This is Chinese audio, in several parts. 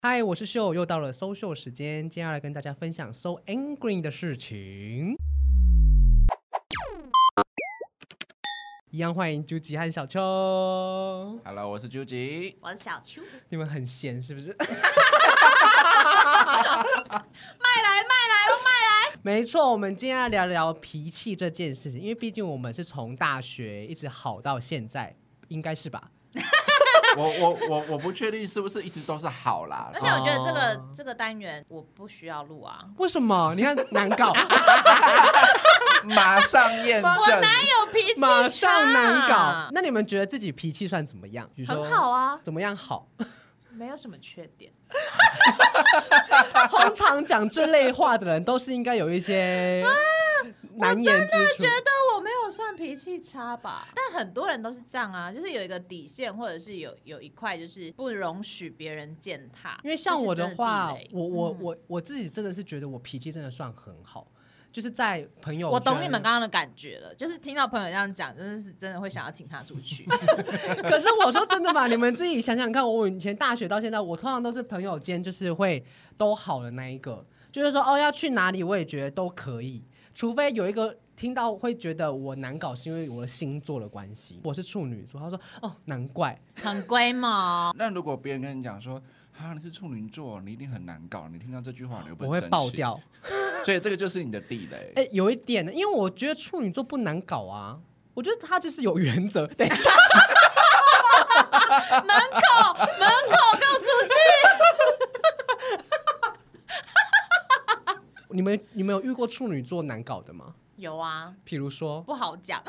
嗨，我是秀，又到了搜秀时间，今天要来跟大家分享 So Angry 的事情。一样欢迎 Juji 和小秋。 Hello， 我是 Juji， 我是小秋。 你们很闲是不是？ 卖来！ 没错，我们今天要聊聊脾气这件事情，因为毕竟我们是从大学一直好到现在，应该是吧？ 我不确定是不是一直都是好啦， 而且我觉得这个单元我不需要录啊。 为什么？你看难搞， 马上验证。 我哪有脾气差？ 马上难搞。那你们觉得自己脾气算怎么样？比如说很好啊。 怎么样好？ 没有什么缺点。 通常讲这类话的人，都是应该有一些难言之处。 我真的觉得我没有算脾气差吧，但很多人都是这样啊，就是有一个底线，或者是有一块就是不容许别人践踏。 因为像我的话， 的我自己真的是觉得我脾气真的算很好。就是在朋友圈， 我懂你们刚刚的感觉了，就是听到朋友这样讲，真的会想要请他出去。 可是我说真的嘛，你们自己想想看，我以前大学到现在，我通常都是朋友间就是会都好的那一个，就是说要去哪里，我也觉得都可以，除非有一个听到会觉得我难搞，是因为我的星座的关系，我是处女座，他说难怪， 很龟毛。 那如果别人跟你讲说，你是处女座，你一定很难搞，你听到这句话，你会我会爆掉。 所以这个就是你的地雷。 有一点的，因为我觉得处女座不难搞啊，我觉得他就是有原则。等一下， 门口，给我出去！你们有遇过处女座难搞的吗？ 有啊， 比如说不好讲。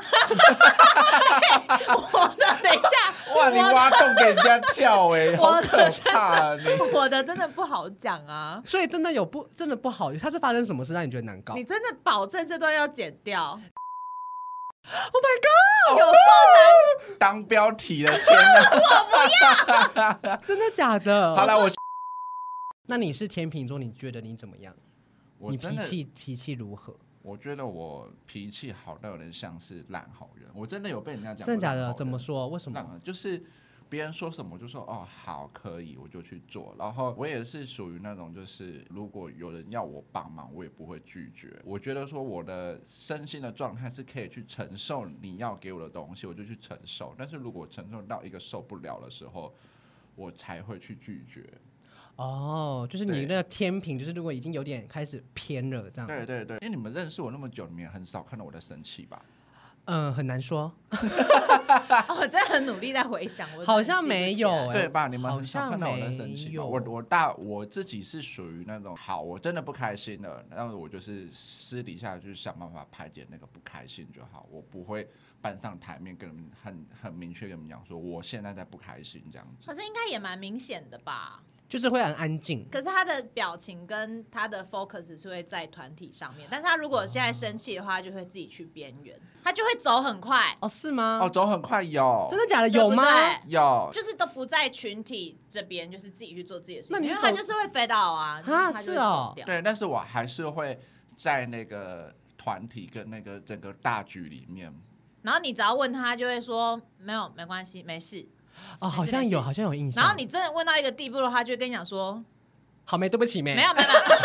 我的等一下， 哇，你挖洞给人家跳好可怕啊！ 我的真的不好讲啊。 所以真的不好，他是发生什么事让你觉得难搞？ 你真的保证这段要剪掉 ？Oh my god！ 有够难当标题了，天哪！ 我不要， 真的假的？ 好了， 那你是天秤座，你觉得你怎么样？你脾气如何？ 我觉得我脾气好到有点像是烂好人，我真的有被人家讲。 真的假的？怎么说？为什么？ 就是别人说什么我就说好可以，我就去做。然后我也是属于那种，就是如果有人要我帮忙，我也不会拒绝。我觉得说我的身心的状态是可以去承受你要给我的东西，我就去承受。但是如果承受到一个受不了的时候，我才会去拒绝。 就是你那个天平，就是如果已经有点开始偏了这样。 对，因为你们认识我那么久，你们也很少看到我在生气吧？ 很难说。 我真的很努力在回想， 好像没有对吧？你们很少看到我在生气吧？我自己是属于那种我真的不开心了，然后我就是私底下就是想办法排解那个不开心就好，我不会搬上台面跟你们很明确跟你们讲说我现在在不开心这样子。 可是应该也蛮明显的吧？ 就是会很安静， 可是他的表情跟他的 focus 是会在团体上面，但是他如果现在生气的话，就会自己去边缘，他就会走很快。 是吗？ 走很快有， 真的假的？有吗？ 有， 就是都不在群体这边，就是自己去做自己的事情， 那你因为他就是会飞到啊， 是哦， 对，但是我还是会在那个团体跟那个整个大局里面， 然后你只要问他，就会说没关系，没事。 好像有印象。 然后你真的问到一个地步了，他就会跟你讲说：“ 好没，对不起没。” 没有。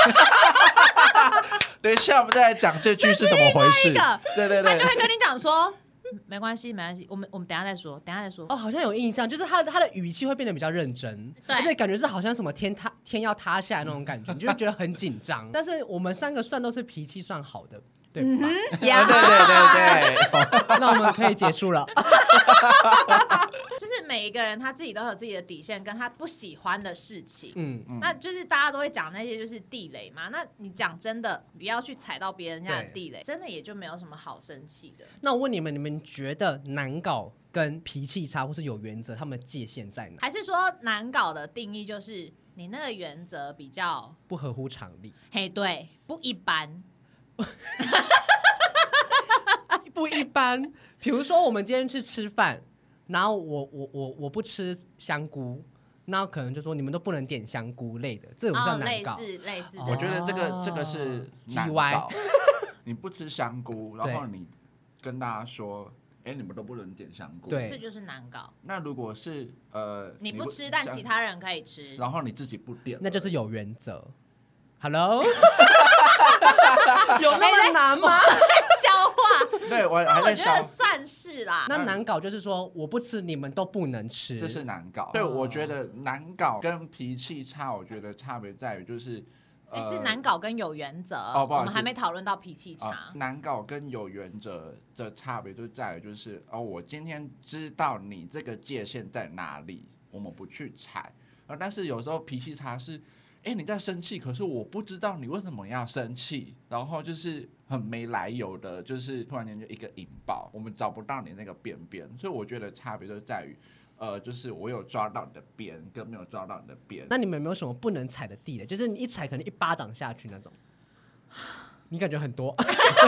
等一下，我们再来讲这句是怎么回事。对， 他就会跟你讲说：“没关系，我们等一下再说， 好像有印象，就是他的语气会变得比较认真，而且感觉是好像什么天要塌下来那种感觉，你就会觉得很紧张。但是我们三个算都是脾气算好的。对吧？ 对， 那我们可以结束了。 就是每一个人他自己都有自己的底线，跟他不喜欢的事情。那就是大家都会讲那些就是地雷嘛。那你讲真的，不要去踩到别人家的地雷，真的也就没有什么好生气的。 那我问你们觉得难搞跟脾气差或是有原则，他们的界限在哪？ 还是说难搞的定义就是你那个原则比较不合乎常理？ 对，不一般。 不一般，比如说我们今天去吃饭，然后我不吃香菇，那可能就说你们都不能点香菇类的，这种叫难搞。 类似的。 我觉得这个是难搞。你不吃香菇，然后你跟大家说， 你们都不能点香菇， 对这就是难搞。 那如果是你不吃，但其他人可以吃， 然后你自己不点， 那就是有原则。Hello， 有那么难吗？ 消化。 对，我那我觉得还在算是啦。 那难搞就是说我不吃，你们都不能吃， 这是难搞。对，我觉得难搞跟脾气差，我觉得差别在于就是。 是难搞跟有原则我们还没讨论到脾气差。 难搞跟有原则的差别就在于就是我今天知道你这个界限在哪里，我们不去踩。但是有时候脾气差是，你在生气，可是我不知道你为什么要生气，然后就是很没来由的，就是突然间就一个引爆，我们找不到你那个边边，所以我觉得差别就在于。就是我有抓到你的边，跟没有抓到你的边。 那你们有没有什么不能踩的地雷？就是你一踩可能一巴掌下去那种，你感觉很多。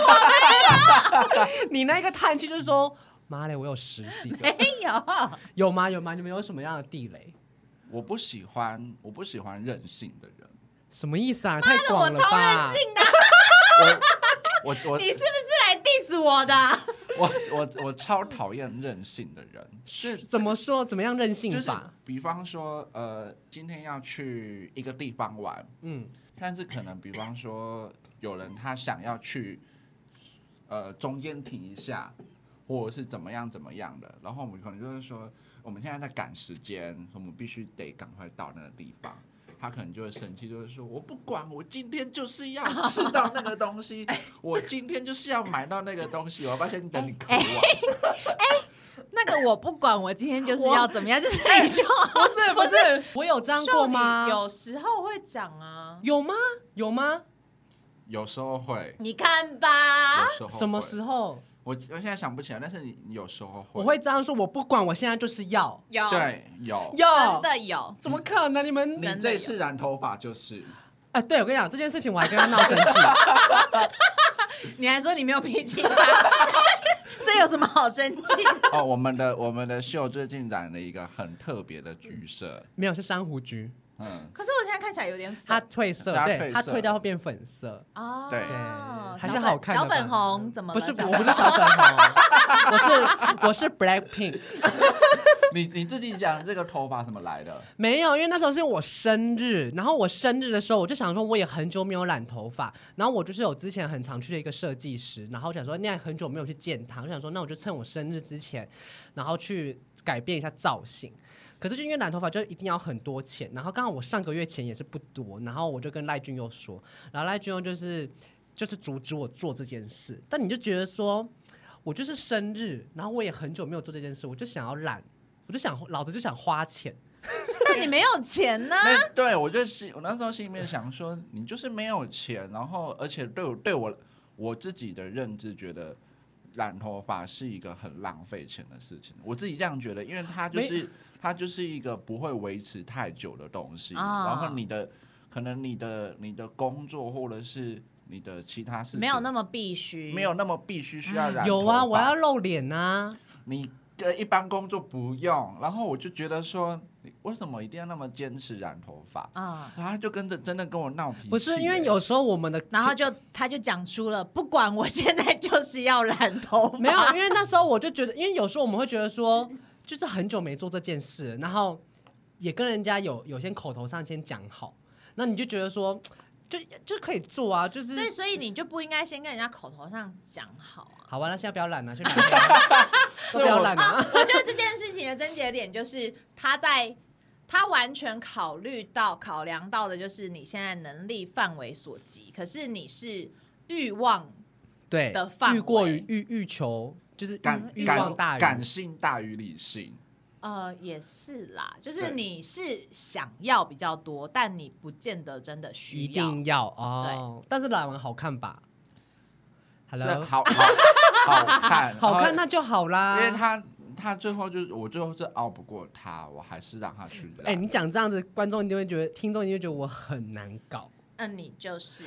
你那个叹气就是说，妈嘞，我有10几个。 没有。 有吗？有吗？你们有什么样的地雷？ 我不喜欢任性的人。 什么意思啊？太广了吧！ 我超任性的。 我你是不是来 diss 我的？ 我超讨厌任性的人。 是怎么说？怎么样任性法？ 就是、比方说，今天要去一个地方玩，但是可能比方说有人他想要去，中间停一下，或者是怎么样的，然后我们可能就是说，我们现在在赶时间，我们必须得赶快到那个地方。他可能就会生气，就是说我不管，我今天就是要吃到那个东西，我今天就是要买到那个东西，我要不要先等你渴望？ 那个我不管，我今天就是要怎么样，就是你说不是，我有这样过吗？ 有时候会讲啊， 有吗？有吗？ 有时候会， 你看吧， 什么时候？ 我现在想不起来，但是你有时候会， 我会这样说，我不管，我现在就是要， 对，有， 真的有， 怎么可能？你们你这次染头发就是， 对我跟你讲这件事情，我还跟他闹生气， 你还说你没有脾气差，这有什么好生气？ 我们的秀最近染了一个很特别的橘色， 没有是珊瑚橘。 可是我现在看起来有点粉， 它褪色，对，它褪掉会变粉色， 对， 还是好看的。 小粉红怎么了？ 不是，我不是小粉红，我是 Blackpink。 你自己讲这个头发怎么来的？ 没有，因为那时候是我生日，然后我生日的时候我就想说我也很久没有染头发，然后我就是有之前很常去的一个设计师，然后想说那很久没有去见他，我想说那我就趁我生日之前，然后去改变一下造型。可是就因为染头发就一定要很多钱，然后刚好我上个月钱也是不多，然后我就跟赖俊佑说，然后赖俊佑就是阻止我做这件事，但你就觉得说我就是生日，然后我也很久没有做这件事，我就想要染，老子就想花钱。 但你没有钱呢？ 对，我那时候心里面想说，你就是没有钱，然后而且对我自己的认知觉得染头发是一个很浪费钱的事情，我自己这样觉得，因为它就是一个不会维持太久的东西，然后可能你的工作或者是你的其他事情没有那么必须需要染头发。 有啊，我要露脸啊。 你一般工作不用，然后我就觉得说，你为什么一定要那么坚持染头发然后他就真的跟我闹脾气。 不是因为有时候我们的， 然后他就讲出了，不管我现在就是要染头发。 没有，因为那时候我就觉得，因为有时候我们会觉得说，就是很久没做这件事，然后也跟人家有些口头上先讲好，那你就觉得说，就可以做啊，就是对，所以你就不应该先跟人家口头上讲好啊。 好吧，那现在不要染了，去染都不要染啊。 我觉得这件事情的症结点就是他完全考量到的就是你现在能力范围所及，可是你是欲望的范围， 欲过于欲求，就是欲望大于感性大于理性。 也是啦，就是你是想要比较多，但你不见得真的需要， 一定要哦。但是染完好看吧？ 是好看， 好看那就好啦。 因为他最后我最后是熬不过他，我还是让他去染。 你讲这样子，观众一定会觉得，听众一定会觉得我很难搞。 你就是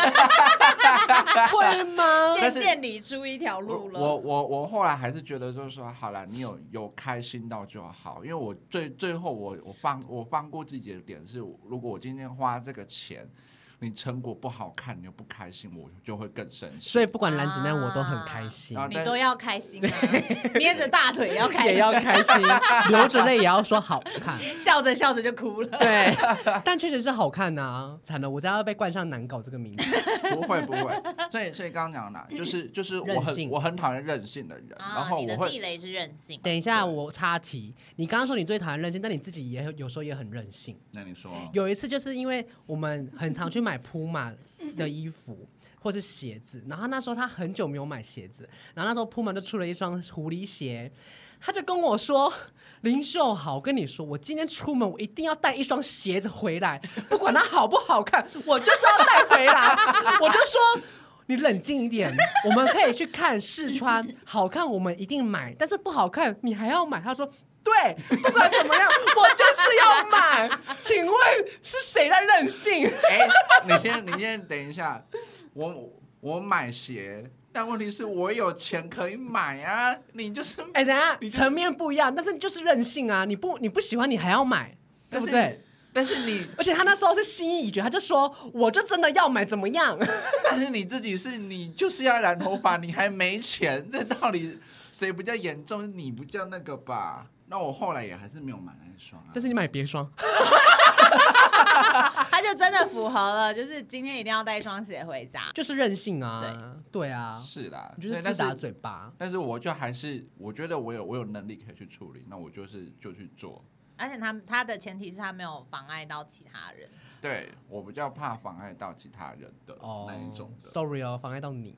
会吗？ 渐渐理出一条路了。 我后来还是觉得，就是说，好了，你有开心到就好。因为我最后我放过自己的点是，如果我今天花这个钱， 你成果不好看，你又不开心，我就会更生气。 所以不管蓝怎么样，我都很开心。 你都要开心啊，捏着大腿要开心， 也要开心，流着泪也要说好看， 笑着笑着就哭了。 对，但确实是好看啊。惨了，我才要被冠上难搞这个名字。 不会，所以刚刚讲的就是我很讨厌任性的人，然后你的地雷是任性。 等一下，我插题，你刚刚说你最讨厌任性，但你自己也有时候也很任性。 那你说， 有一次就是因为我们很常去买铺马的衣服或是鞋子，然后那时候他很久没有买鞋子，然后那时候铺马就出了一双狐狸鞋，他就跟我说：“林秀好，我跟你说，我今天出门我一定要带一双鞋子回来，不管它好不好看，我就是要带回来。”我就说。你冷静一点，我们可以去看试穿，好看我们一定买，但是不好看你还要买。他说对，不管怎么样，我就是要买。请问是谁在任性？ 你先等一下，我买鞋，但问题是我有钱可以买啊，你就是等一下层面不一样，但是你就是任性啊，你不喜欢你还要买，对不对？ 但是而且他那时候是心意已决，他就说我就真的要买，怎么样？ 但是你自己你就是要染头发，你还没钱，这到底谁比较严重？你不叫那个吧？那我后来也还是没有买那一双啊。 但是你买别双， 他就真的符合了，就是今天一定要带一双鞋回家， 就是任性啊。对啊， 是啦， 就是自打嘴巴。 但是我就还是我觉得我有能力可以去处理，那我就去做。 而且他的前提是他没有妨碍到其他人。 对，我比较怕妨碍到其他人的那一种的。 Sorry 哦，妨碍到你。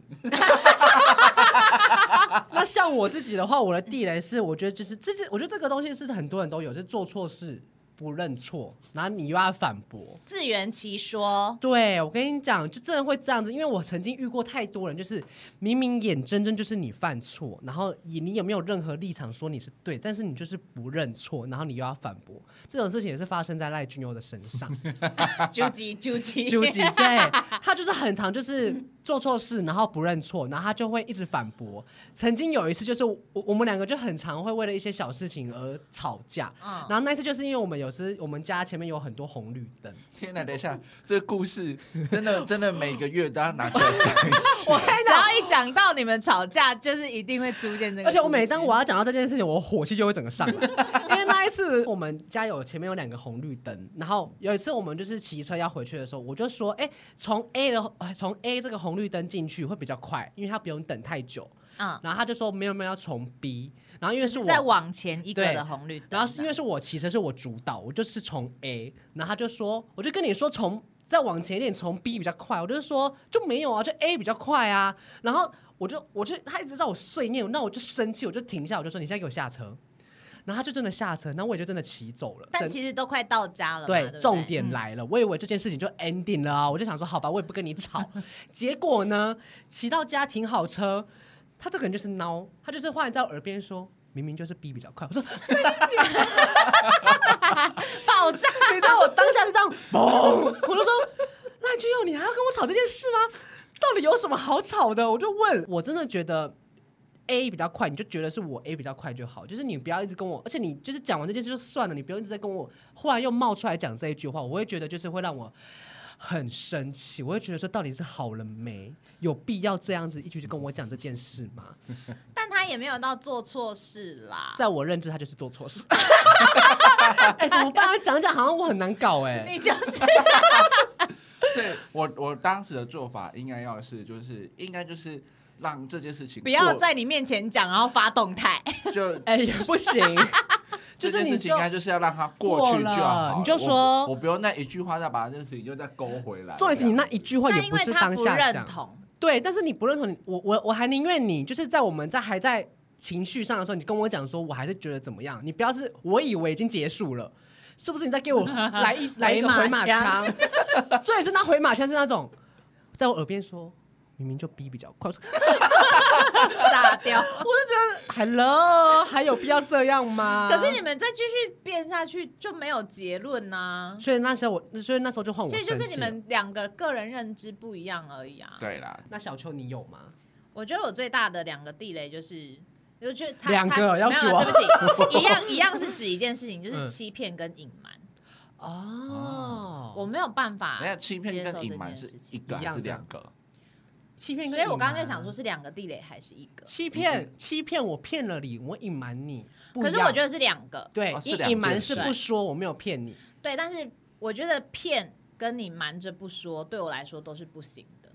那像我自己的话，我的地雷是，我觉得我觉得这个东西是很多人都有，就是做错事不认错，然后你又要反驳， 自圆其说。 对，我跟你讲，就真的会这样子，因为我曾经遇过太多人，就是明明眼睁睁就是你犯错，然后你有没有任何立场说你是对，但是你就是不认错，然后你又要反驳，这种事情也是发生在赖俊佑的身上。 纠集， 对，他就是很常就是做错事，然后不认错，然后他就会一直反驳。曾经有一次就是我们两个就很常会为了一些小事情而吵架，然后那次就是因为我们家前面有很多红绿灯。 天哪，等一下，这个故事真的每个月都要拿出来讲一次。 只要一讲到你们吵架，就是一定会出现这个。 而且我每当我要讲到这件事情，我火气就会整个上来。因为那一次我们家前面有2个红绿灯，然后有一次我们就是骑车要回去的时候，我就说，从 A 这个红绿灯进去会比较快，因为它不用等太久。然后他就说没有要从 B， 然后因为是我再往前一个的红绿灯， 然后因为是我骑车是我主导，我就是从 A， 然后他就说，我就跟你说再往前一点，从 B 比较快，我就说就没有啊，就 A 比较快啊，然后我就他一直让我碎念，那我就生气，我就停下，我就说你现在给我下车。然后他就真的下车，然后我也就真的骑走了。 但其实都快到家了嘛， 对， 对， 重点来了，我以为这件事情就 ending 了啊，我就想说好吧，我也不跟你吵。结果呢，骑到家停好车，他这个人就是孬，他就是忽然在我耳边说，明明就是 B 比较快。我说爆炸！ 你知道我当下是这样，嘣！我就说赖俊佑，你还要跟我吵这件事吗？到底有什么好吵的？我就问，我真的觉得。A 比较快，你就觉得是我 A 比较快就好，就是你不要一直跟我，而且你就是讲完这件事就算了，你不用一直在跟我，忽然又冒出来讲这一句话，我会觉得就是会让我很生气，我会觉得说到底是好了没，有必要这样子一直去跟我讲这件事吗？ 但他也没有到做错事啦， 在我认知他就是做错事。怎么办？讲好像我很难搞你就是。 对，我当时的做法应该就是让这件事情不要在你面前讲，然后发动态， 就不行。 就是你应该就是要让它过去就好， 你就说我不用那一句话再把这件事情又再勾回来。 重点是你那一句话也不是当下讲，对，但是你不认同，我还宁愿你就是在我们还在情绪上的时候，你跟我讲说，我还是觉得怎么样，你不要是我以为已经结束了，是不是？你再给我来一个回马枪，所以是那回马枪是那种在我耳边说。明明就 B 比较快， 炸掉！ 我就觉得 ，Hello， 还有必要这样吗？ 可是你们再继续辩下去就没有结论呐。 所以那时候就换我。 其实就是你们2个个人认知不一样而已啊。 对啦， 那小秋你有吗？ 我觉得我最大的2个地雷就是，我觉得 2个要说， 对不起，一样是指一件事情，就是欺骗跟隐瞒。 哦， 我没有办法。 那欺骗跟隐瞒是一个还是2个？ 欺骗跟所以我刚刚就想说是2个地雷还是1个？ 欺骗我骗了你，我隐瞒你。 可是我觉得是2个。 对，隐瞒是不说我没有骗你。 对，但是我觉得骗跟你瞒着不说，对我来说都是不行的。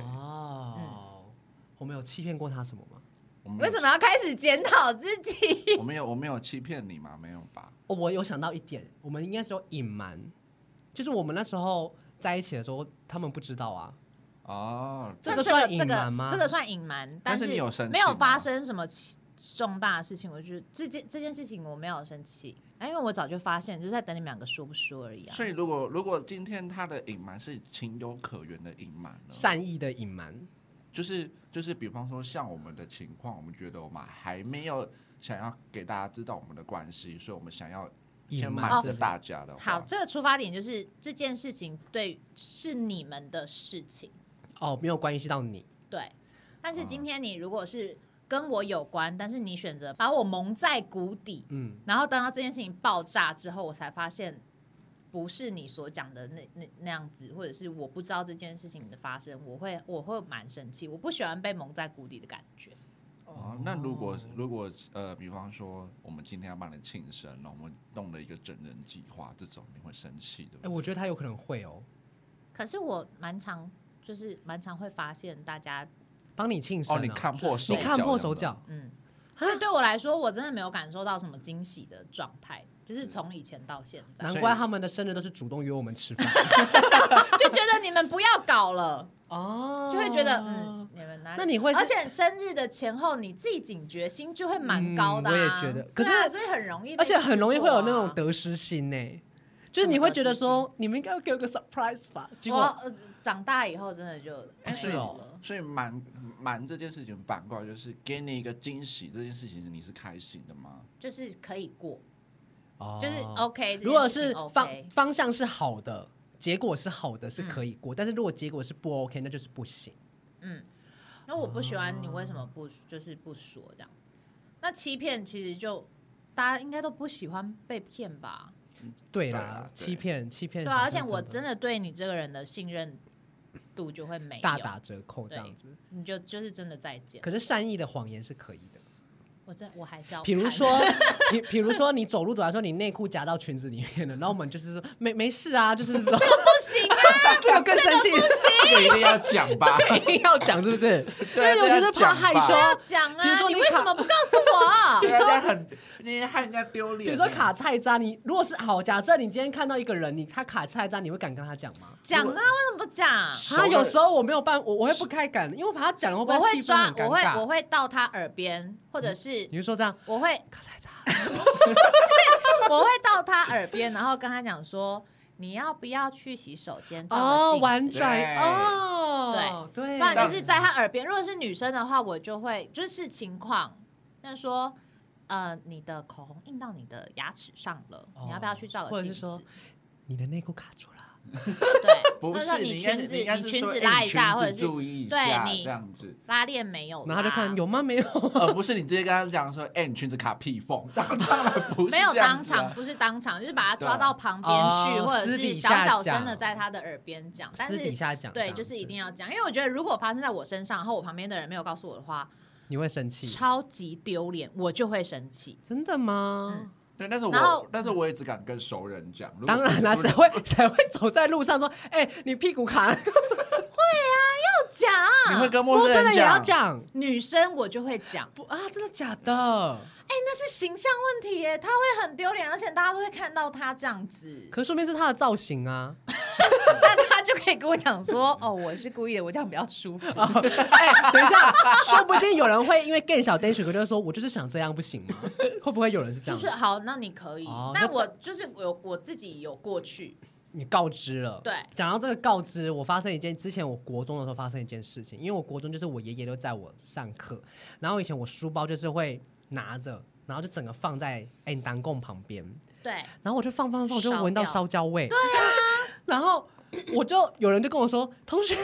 我们有欺骗过他什么吗？ 为什么要开始检讨自己？ 我没有欺骗你吗？没有吧？ 我有想到一点，我们应该是有隐瞒，就是我们那时候在一起的时候，他们不知道啊。 这个算隐瞒吗？ 这个算隐瞒，但是你有生气吗？ 没有发生什么重大的事情，我觉得这件事情我没有生气，因为我早就发现，就是在等你们2个说不说而已啊。 所以如果今天他的隐瞒是情有可原的隐瞒， 善意的隐瞒， 就是比方说像我们的情况，我们觉得我们还没有想要给大家知道我们的关系，所以我们想要先瞒着大家的话。 好，这个出发点就是这件事情是你们的事情。 没有关系到你。 对，但是今天你如果是跟我有关，但是你选择把我蒙在鼓底，然后等到这件事情爆炸之后，我才发现不是你所讲的那样子，或者是我不知道这件事情的发生，我会蛮生气，我不喜欢被蒙在鼓底的感觉。 那如果比方说我们今天要帮你庆生，然后我们弄了一个整人计划，这种你会生气的？ 我觉得他有可能会哦。 可是我蛮常会发现大家帮你庆生， 你看破手脚， 你看破手脚， 所以对我来说，我真的没有感受到什么惊喜的状态，就是从以前到现在。 难怪他们的生日都是主动约我们吃饭， 就觉得你们不要搞了就会觉得你们哪里？ 那你会， 而且生日的前后，你自己警觉心就会蛮高的。 我也觉得，可是所以很容易， 而且很容易会有那种得失心呢。就是你会觉得说，你们应该要给我个 surprise 吧？结果长大以后真的就是了。所以瞒这件事情反过来就是给你一个惊喜，这件事情你是开心的吗？ 就是可以过，就是 OK。 如果是方向是好的，结果是好的，是可以过。但是如果结果是不 OK，那就是不行。 那我不喜欢你为什么不说这样？那欺骗其实就大家应该都不喜欢被骗吧？ 对啦，欺骗，对啊，而且我真的对你这个人的信任度就会没有大打折扣，这样子， 你就是真的再见。 可是善意的谎言是可以的， 我还是要， 比如说你走路走来说你内裤夹到裙子里面了，然后我们就是说没事啊，就是说这个不行啊， 这个更生气， 这个一定要讲吧， 一定要讲是不是？因为我觉得怕害羞， 讲啊，你为什么不告诉我？ 人家你害人家丢脸。 比如说卡菜渣，你如果是好，假设你今天看到一个人，他卡菜渣，你会敢跟他讲吗？ 讲啊，为什么不讲？ 他有时候我没有办法，我会不太敢，因为我怕他讲了， 我会抓，我会到他耳边，或者是你是说这样， 我会卡菜渣， 我会到他耳边，然后跟他讲说，你要不要去洗手间照个镜子？ 婉转对， 不然就是在他耳边。如果是女生的话，我就会就是视情况，那说。你的口红印到你的牙齿上了，你要不要去照个镜子？ 或者是说你的内裤卡住了， 对， 不是你裙子拉一下，或者是注意一下，对你这样子拉链没有， 然后就看有吗？没有， 不是你直接跟他讲说，你裙子卡屁缝，当然不是没有当场，不是当场，就是把他抓到旁边去，或者是小声的在他的耳边讲，但是私底下讲， 对，就是一定要讲，因为我觉得如果发生在我身上，然后我旁边的人没有告诉我的话。 你会生气， 超级丢脸，我就会生气。 真的吗？ 对，但是我也只敢跟熟人讲。 当然啦，谁会走在路上说，你屁股卡了？会啊，要讲。 你会跟陌生人也要讲？ 女生我就会讲。 真的假的？ 那是形象问题耶，他会很丢脸，而且大家都会看到他这样子。 可是说明是他的造型啊。 那他就可以跟我讲说，我是故意的，我这样比较舒服。 等一下，说不定有人会因为更小 Dash 哥就说，我就是想这样，不行吗？会不会有人是这样？ 就是好，那你可以，但我就是我自己有过去。 你告知了， 对。 讲到这个告知，我发生之前我国中的时候发生一件事情，因为我国中就是我爷爷都载我上课，然后以前我书包就是会拿着，然后就整个放在南贡旁边， 对。 然后我就放，我就闻到烧焦味， 对啊。 然后有人就跟我说，同学，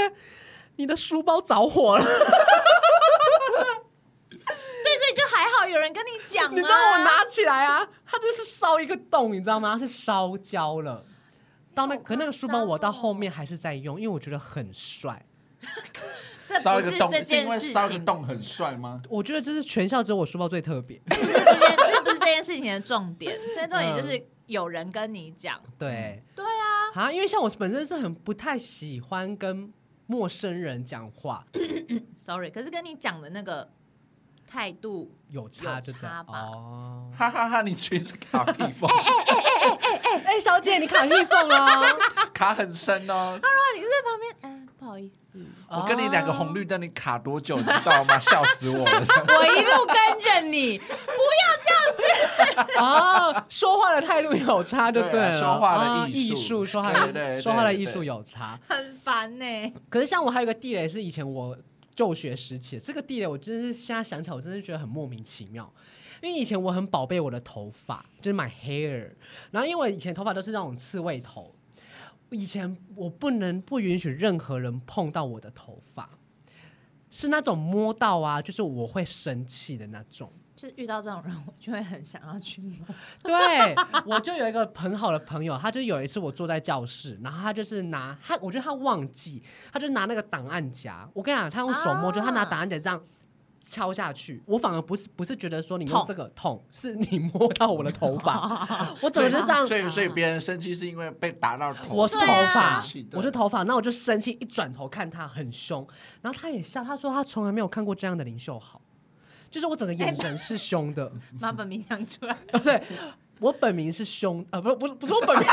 你的书包着火了。 对，所以就还好有人跟你讲吗？ 你知道我拿起来啊，它就是烧一个洞，你知道吗？是烧焦了。可那个书包我到后面还是在用，因为我觉得很帅。 这不是这件事情， 烧个洞很帅吗？ 我觉得这是全校只有我书包最特别。 这不是这件事情的重点，这件重点就是有人跟你讲。 对啊， 因为像我本身是很不太喜欢跟陌生人讲话。 Sorry， 可是跟你讲的那个态度有差吧？ 哦， 哈哈哈！你裙子卡屁缝， 哎，小姐，你卡屁缝哦， 卡很深哦。 他说你是在旁边，不好意思， 我跟你2个红绿灯，你卡多久，你知道吗？笑死我了！ 我一路跟着你，不要这样子。 哦，说话的态度有差就对了， 说话的艺术， 说话的艺术有差， 很烦呢。 可是像我还有一个地雷是以前我就学时期，这个地雷我真是现在想起来，我真是觉得很莫名其妙。因为以前我很宝贝我的头发，就是买 hair， 然后因为我以前头发都是那种刺猬头，以前我不允许任何人碰到我的头发，是那种摸到啊，就是我会生气的那种。 就是遇到这种人，我就会很想要去摸。 对，我就有一个很好的朋友，他就有一次我坐在教室，然后他就是我觉得他忘记，他就拿那个档案夹，我跟你讲，他用手摸，就他拿档案夹这样敲下去，我反而不是觉得说你用这个痛，是你摸到我的头发，我怎么就这样？ 所以别人生气是因为被打到头， 我是头发，我是头发，那我就生气，一转头看他很凶，然后他也笑，他说他从来没有看过这样的林秀豪。就是我整个眼神是凶的， 把本名讲出来。 对，我本名是凶，不是我本名。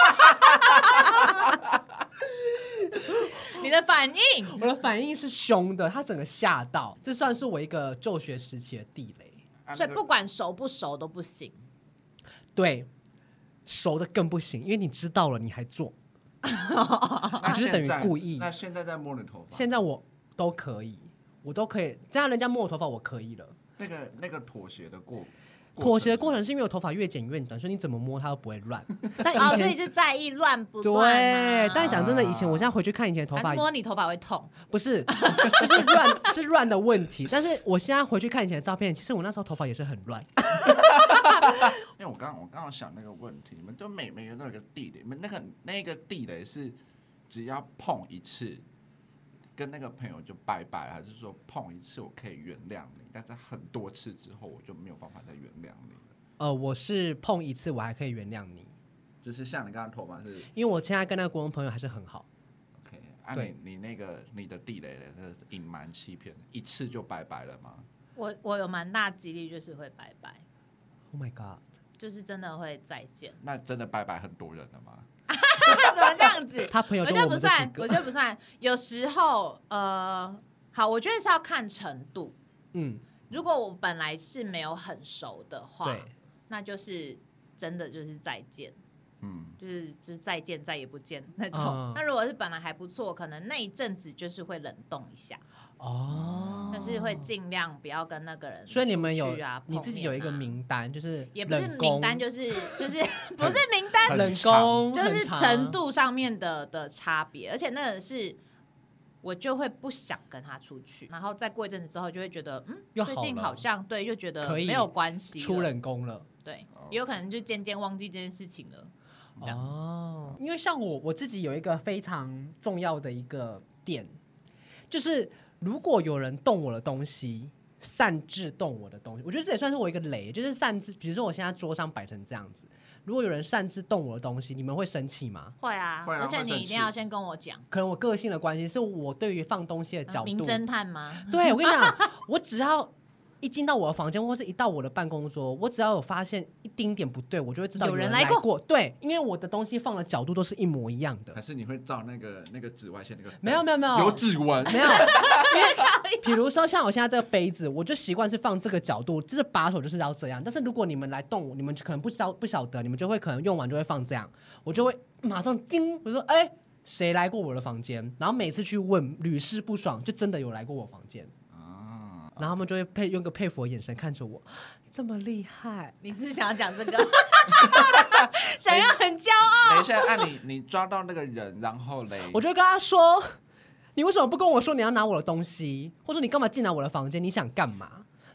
你的反应， 我的反应是凶的，他整个吓到，这算是我一个就学时期的地雷。 所以不管熟不熟都不行。 对，熟的更不行，因为你知道了你还做，你就是等于故意。 那现在在摸你头发？ 现在我都可以。我都可以，这样人家摸我头发，我可以了。 那个妥协的过程是因为我头发越剪越短，所以你怎么摸它都不会乱。但以前所以是在意乱不乱吗？ 对，但是讲真的，以前我现在回去看以前的头发， 摸你头发会痛， 不是，就是乱的问题。但是我现在回去看以前的照片，其实我那时候头发也是很乱。 因为我刚刚想那个问题，你们都每个人都有个地雷，你们那个地雷是只要碰一次。跟那个朋友就拜拜，还是说碰一次我可以原谅你，但是很多次之后我就没有办法再原谅你了。 我是碰一次我还可以原谅你， 就是像你刚刚头发是， 因为我现在跟那个国中朋友还是很好。 OK， 你的地雷那是隐瞒欺骗，一次就拜拜了吗？ 我有蛮大几率就是会拜拜。 Oh my god！ 就是真的会再见。 那真的拜拜很多人了吗？ 怎么这样子？ 他朋友我觉得不算，我觉得不算。有时候，好，我觉得是要看程度。如果我本来是没有很熟的话，那就是真的就是再见。就是再见再也不见那种。那如果是本来还不错，可能那一阵子就是会冷冻一下。但是会尽量不要跟那个人出去啊。 所以你们有你自己有一个名单，就是也不是名单，就是不是名单， 冷宫就是程度上面的差别。而且那个是我就会不想跟他出去，然后再过一阵子之后就会觉得最近好像对，又觉得没有关系， 出冷宫了。 对，也有可能就渐渐忘记这件事情了。 因为像我自己有一个非常重要的一个点，就是如果有人动我的东西，擅自动我的东西，我觉得这也算是我一个雷，就是擅自，比如说我现在桌上摆成这样子，如果有人擅自动我的东西，你们会生气吗？ 会啊，而且你一定要先跟我讲。 可能我个性的关系，是我对于放东西的角度， 名侦探吗？ 对，我跟你讲，我只要一进到我的房间，或是一到我的办公桌，我只要有发现一丁点不对，我就会知道有人来过。对，因为我的东西放的角度都是一模一样的。 还是你会照那个紫外线那个？ 没有有指纹没有。因为比如说像我现在这个杯子，我就习惯是放这个角度，就是把手就是要这样。但是如果你们来动我，你们可能不晓得，你们就会可能用完就会放这样，我就会马上叮，我说谁来过我的房间？然后每次去问，屡试不爽，就真的有来过我房间。然后他们就会用个佩服的眼神看着我，这么厉害。 你是不是想要讲这个？想要很骄傲。 等一下，你抓到那个人，然后嘞， 我就跟他说，你为什么不跟我说你要拿我的东西，或者你干嘛进来我的房间？你想干嘛？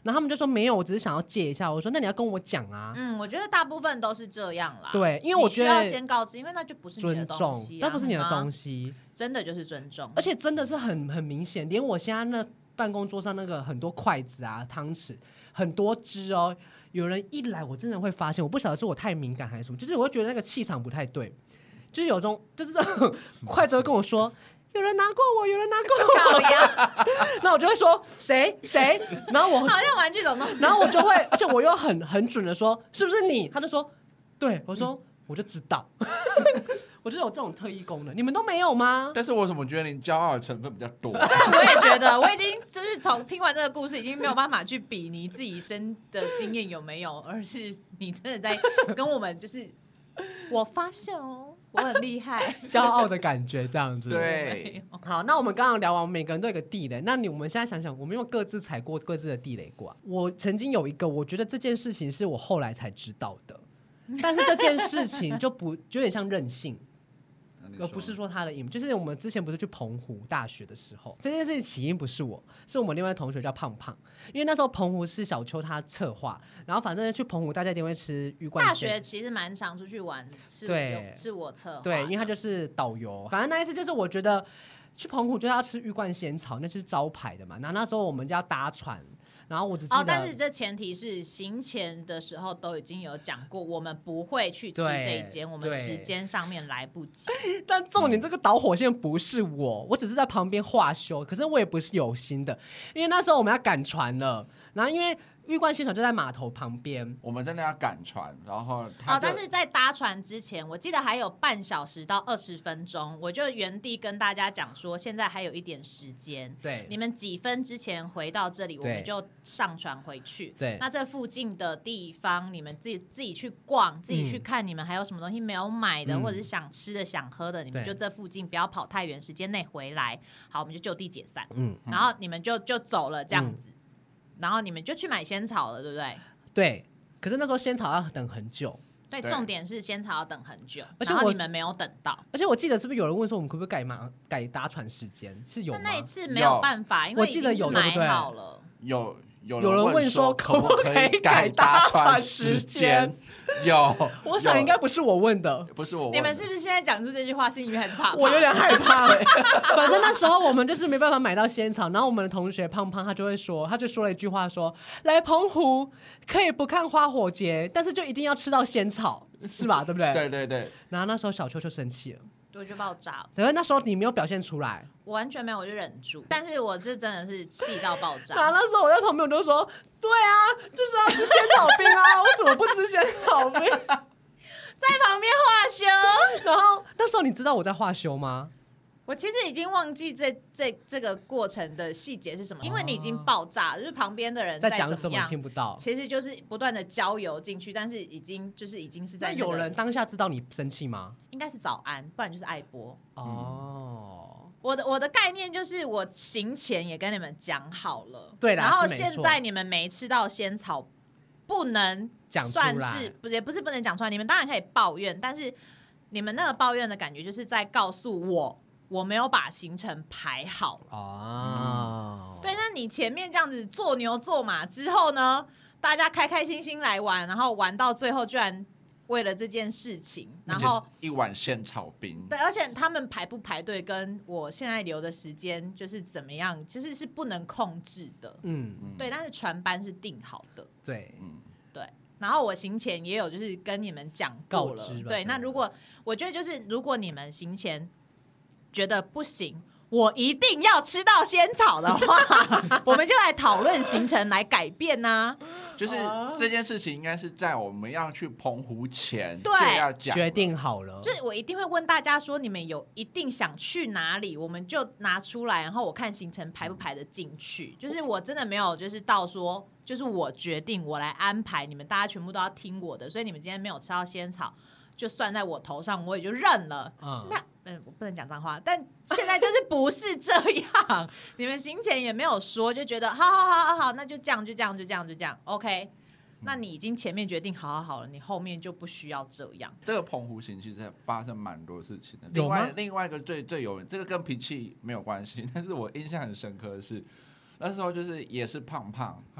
然后他们就说没有，我只是想要借一下。我说那你要跟我讲啊。 我觉得大部分都是这样啦。 对，因为我觉得你需要先告知，因为那就不是你的东西、 那不是你的东西， 真的就是尊重。 而且真的是很明显，连我现在那办公桌上那个很多筷子啊、汤匙，很多只哦。有人一来，我真的会发现，我不晓得是我太敏感还是什么，就是我会觉得那个气场不太对，就是有种就是这种筷子会跟我说。有人拿过我，有人拿过我，那我就会说谁，然后我好像玩具总动员， 然后我就会，而且我又很准的说是不是你？他就说对，我说我就知道，我就有这种特异功能，你们都没有吗？ 但是我怎么觉得你骄傲的成分比较多？ 我也觉得，我已经就是从听完这个故事，已经没有办法去比你自己生的经验有没有，而是你真的在跟我们就是我发现哦。我很厉害， 骄傲的感觉这样子。 对， 好，那我们刚刚聊完，我们每个人都有个地雷。那我们现在想想，我们有各自踩过各自的地雷过、啊。我曾经有一个，我觉得这件事情是我后来才知道的，但是这件事情就有点像任性。而不是说他的瘾，就是我们之前不是去澎湖大学的时候，这件事情起因不是我，是我们另外同学叫胖胖，因为那时候澎湖是小邱他策划，然后反正去澎湖大家一定会吃鱼罐。 大学其实蛮常出去玩，是我策划， 对，因为他就是导游。反正那一次就是我觉得去澎湖就要吃玉冠仙草，那就是招牌的嘛。然后那时候我们就要搭船。然后我只记得但是这前提是行前的时候都已经有讲过，我们不会去吃这一间，我们时间上面来不及。 但重点这个导火线不是我只是在旁边画休，可是我也不是有心的，因为那时候我们要赶船了，然后因为玉冠仙草就在码头旁边， 我们真的要赶船，然后但是在搭船之前，我记得还有半小时到20分钟，我就原地跟大家讲说，现在还有一点时间， 对， 你们几分之前回到这里，我们就上船回去。 对， 那这附近的地方，你们自己去逛，自己去看，你们还有什么东西没有买的，或者是想吃的、想喝的，你们就这附近不要跑太远，时间内回来。好，我们就地解散。然后你们就走了这样子。然后你们就去买仙草了，对不对？ 对，可是那时候仙草要等很久。 对，重点是仙草要等很久， 而且然后你们没有等到。 而且我记得是不是有人问说我们可不可以改搭船时间？是有吗？ 那一次没有办法，因为已经买好了。 有人问说可不可以改搭船时间？ 有， 我想应该不是我问的， 不是我问的。 你们是不是现在讲出这句话是因为还是怕？ 我有点害怕。反正那时候我们就是没办法买到仙草，然后我们的同学胖胖他就说了一句话说，来澎湖可以不看花火节，但是就一定要吃到仙草，是吧？对不对？ 对对对。 然后那时候小邱就生气了。 我就爆炸了， 可是那时候你没有表现出来， 我完全没有，我就忍住。但是我这真的是气到爆炸。 那时候我在旁边，我就说：“对啊，就是要吃仙草冰啊，为什么不吃仙草冰？” 在旁边画休。 然后那时候你知道我在画休吗？ 我其实已经忘记这个过程的细节是什么，因为你已经爆炸，就是旁边的人在讲什么听不到， 其实就是不断的浇油进去，但是已经是在、 那有人当下知道你生气吗？ 应该是早安，不然就是爱播。 哦， 我的概念就是我行前也跟你们讲好了， 对啦， 然后现在你们没吃到仙草，不能算是也不是不能讲出来，你们当然可以抱怨，但是你们那个抱怨的感觉就是在告诉我没有把行程排好哦。对，那你前面这样子做牛做马之后呢，大家开开心心来玩，然后玩到最后居然为了这件事情，然后一碗仙草冰。 对，而且他们排不排队跟我现在留的时间就是怎么样，其实是不能控制的。对，但是船班是定好的。 对， 对。然后我行前也有就是跟你们讲过了，对。那如果我觉得就是如果你们行前觉得不行，我一定要吃到仙草的话，我们就来讨论行程来改变啊。 就是这件事情应该是在我们要去澎湖前就要讲， 决定好了。 就是我一定会问大家说，你们有一定想去哪里，我们就拿出来，然后我看行程排不排得进去。就是我真的没有就是到说，就是我决定我来安排，你们大家全部都要听我的，所以你们今天没有吃到仙草，就算在我头上，我也就认了。那我不能讲脏话，但现在就是不是这样。你们行前也没有说，就觉得好，那就这样 ，OK。那你已经前面决定好了，你后面就不需要这样。 这个澎湖行其实发生蛮多事情的。另外一个最有这个跟脾气没有关系，但是我印象很深刻的是， 那时候就是也是胖胖，他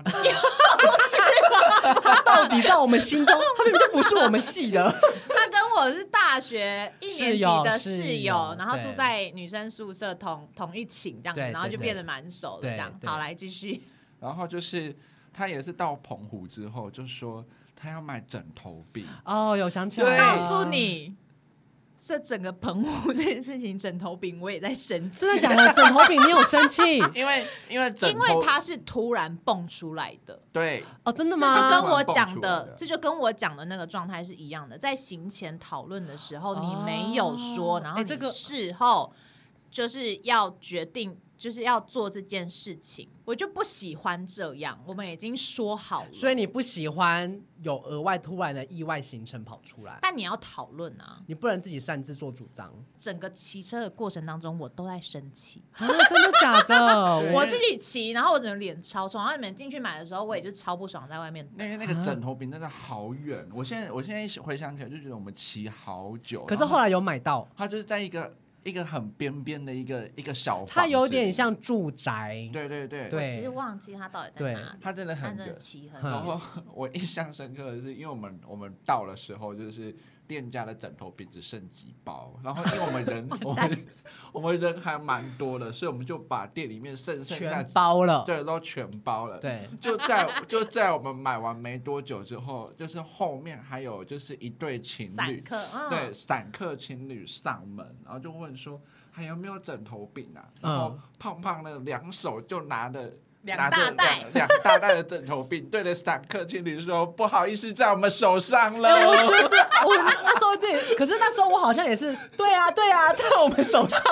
到底在我们心中，他明明就不是我们系的。 他跟我是大学1年级的室友，然后住对在女生宿舍同一寝这样子， 对然后就变得蛮熟的这样。 对好，来继续。 然后就是他也是到澎湖之后就说他要买枕头饼。 哦，有想起来了。 告诉你，这整个澎湖这件事情，枕头饼我也在生气。 真的假的？枕头饼你有生气？ 因为它是突然蹦出来的。 对哦，真的这吗？ 就跟我讲的，这就跟我讲的那个状态是一样的。在行前讨论的时候，你没有说，然后你事后就是要决定。就是要做这件事情，我就不喜欢这样。我们已经说好了， 所以你不喜欢有额外突然的意外行程跑出来， 但你要讨论啊， 你不能自己擅自做主张。 整个骑车的过程当中，我都在生气啊，真的假的？ 我自己骑，然后我整个脸超臭，然后你们进去买的时候，我也就超不爽，在外面。 那个枕头饼真的好远，我现在回想起来就觉得我们骑好久。 可是后来有买到， 它就是在一个很边边的一个小房子， 它有点像住宅。 对对对， 我其实忘记它到底在哪里。 它真的很远，然后我印象深刻的是，因为我们到的时候就是店家的枕头饼只剩几包，然后因为我们人还蛮多的，所以我们就把店里面剩下全包了， 对，都全包了。 对， 就在我们买完没多久之后，就是后面还有就是一对情侣，对，散客情侣上门，然后就问说还有没有枕头饼啊？然后胖胖的2手就拿着两大袋的枕头饼，对着散客情侣说：“不好意思，在我们手上了。” 我觉得我那时候可是那时候我好像也是，对啊，在我们手上。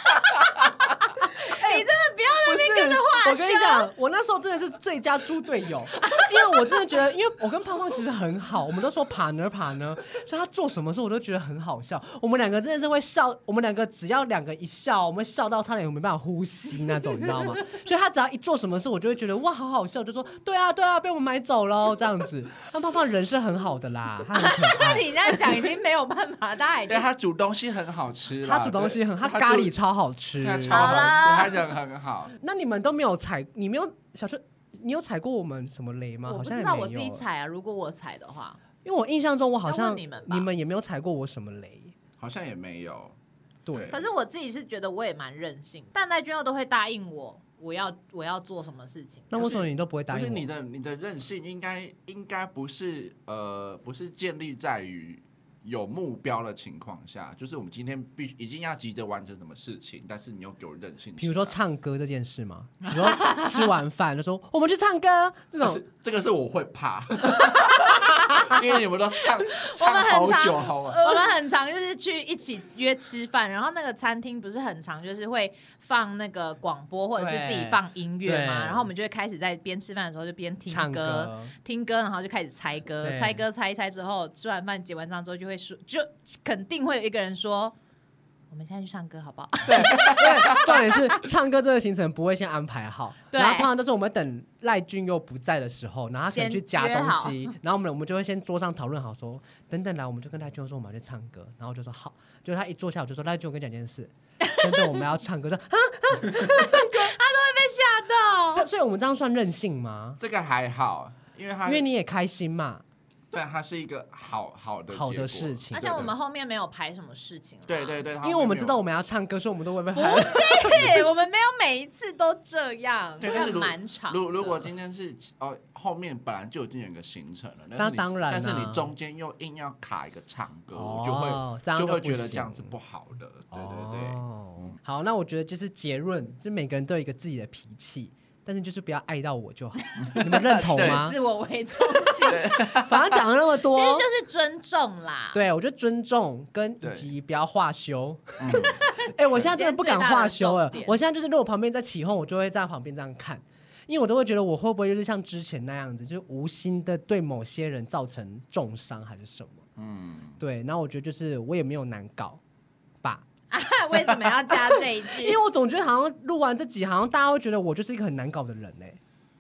你真的不要在那边跟着话我跟你讲，我那时候真的是最佳猪队友，因为我真的觉得，因为我跟胖胖其实很好，我们都说partner，所以他做什么事我都觉得很好笑。我们两个真的是会笑，我们两个只要2个一笑，我们笑到差点没办法呼吸那种，你知道吗？所以他只要一做什么事，我就会觉得哇，好好笑，就说对啊，被我们买走了这样子。但胖胖人是很好的啦，他很可爱。 你这样讲已经没有办法， 对他煮东西很好吃， 他煮东西他咖喱超好吃， 超好吃，他人很好。 那你们都没有踩，你没有小春，你有踩过我们什么雷吗？ 我不知道我自己踩啊，如果我踩的话， 因为我印象中我好像你们也没有踩过我什么雷， 好像也没有。 对， 可是我自己是觉得我也蛮任性，但赖君佑都会答应我要做什么事情。 那为什么你都不会答应我？ 不是你的任性应该不是建立在于有目标的情况下，就是我们今天已经要急着完成什么事情，但是你又给我任性。 比如说唱歌这件事吗？比如说吃完饭就说我们去唱歌这种， 这个是我会怕，因为你们都唱好久好晚。 我们很常就是去一起约吃饭，然后那个餐厅不是很常就是会放那个广播或者是自己放音乐嘛，然后我们就会开始在边吃饭的时候就边听歌，然后就开始猜歌猜一猜之后，吃完饭结完账之后就会说，就肯定会有一个人说我们现在去唱歌好不好？ 对，重点是唱歌这个行程不会先安排好，然后通常都是我们等赖俊佑不在的时候，然后他可能去夹东西，然后我们就会先桌上讨论好说，等等来我们就跟赖俊佑说我们要去唱歌，然后我就说好，就他一坐下我就说赖俊佑，我跟你讲件事，等等我们要唱歌，说他都会被吓到。 所以我们这样算任性吗？ 这个还好，因为你也开心嘛。 对，它是一个好的事情， 而且我们后面没有排什么事情。 对， 因为我们知道我们要唱歌，所以我们都会被排。 不是，我们没有每一次都这样， 对，但是蛮长。 如果今天是后面本来就已经有一个行程了， 那当然， 但是你中间又硬要卡一个唱歌，就会觉得这样是不好的。对。 好，那我觉得就是结论，就每个人都有一个自己的脾气。但是就是不要爱到我就好，你们认同吗？ 自我为中心， 反正讲了那么多， 其实就是尊重啦。 对，我觉得尊重跟以及不要话修。我现在真的不敢话修了。我现在就是如果旁边在起哄，我就会在旁边这样看，因为我都会觉得我会不会就是像之前那样子，就是无心的对某些人造成重伤还是什么。对。然后我觉得就是我也没有难搞吧。 为什么要加这一句？ 因为我总觉得好像录完这集，好像大家会觉得我就是一个很难搞的人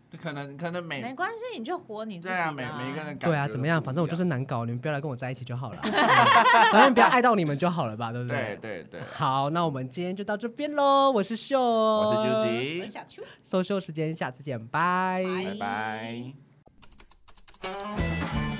可能没关系，你就活你自己。 对啊，每个人感觉对啊，怎么样？反正我就是难搞，你们不要来跟我在一起就好了。反正不要爱到你们就好了吧，对不对？ 对。 好，那我们今天就到这边喽。我是秀， 我是我 Judy， 是小秋， 收秀时间，下次见，拜拜拜。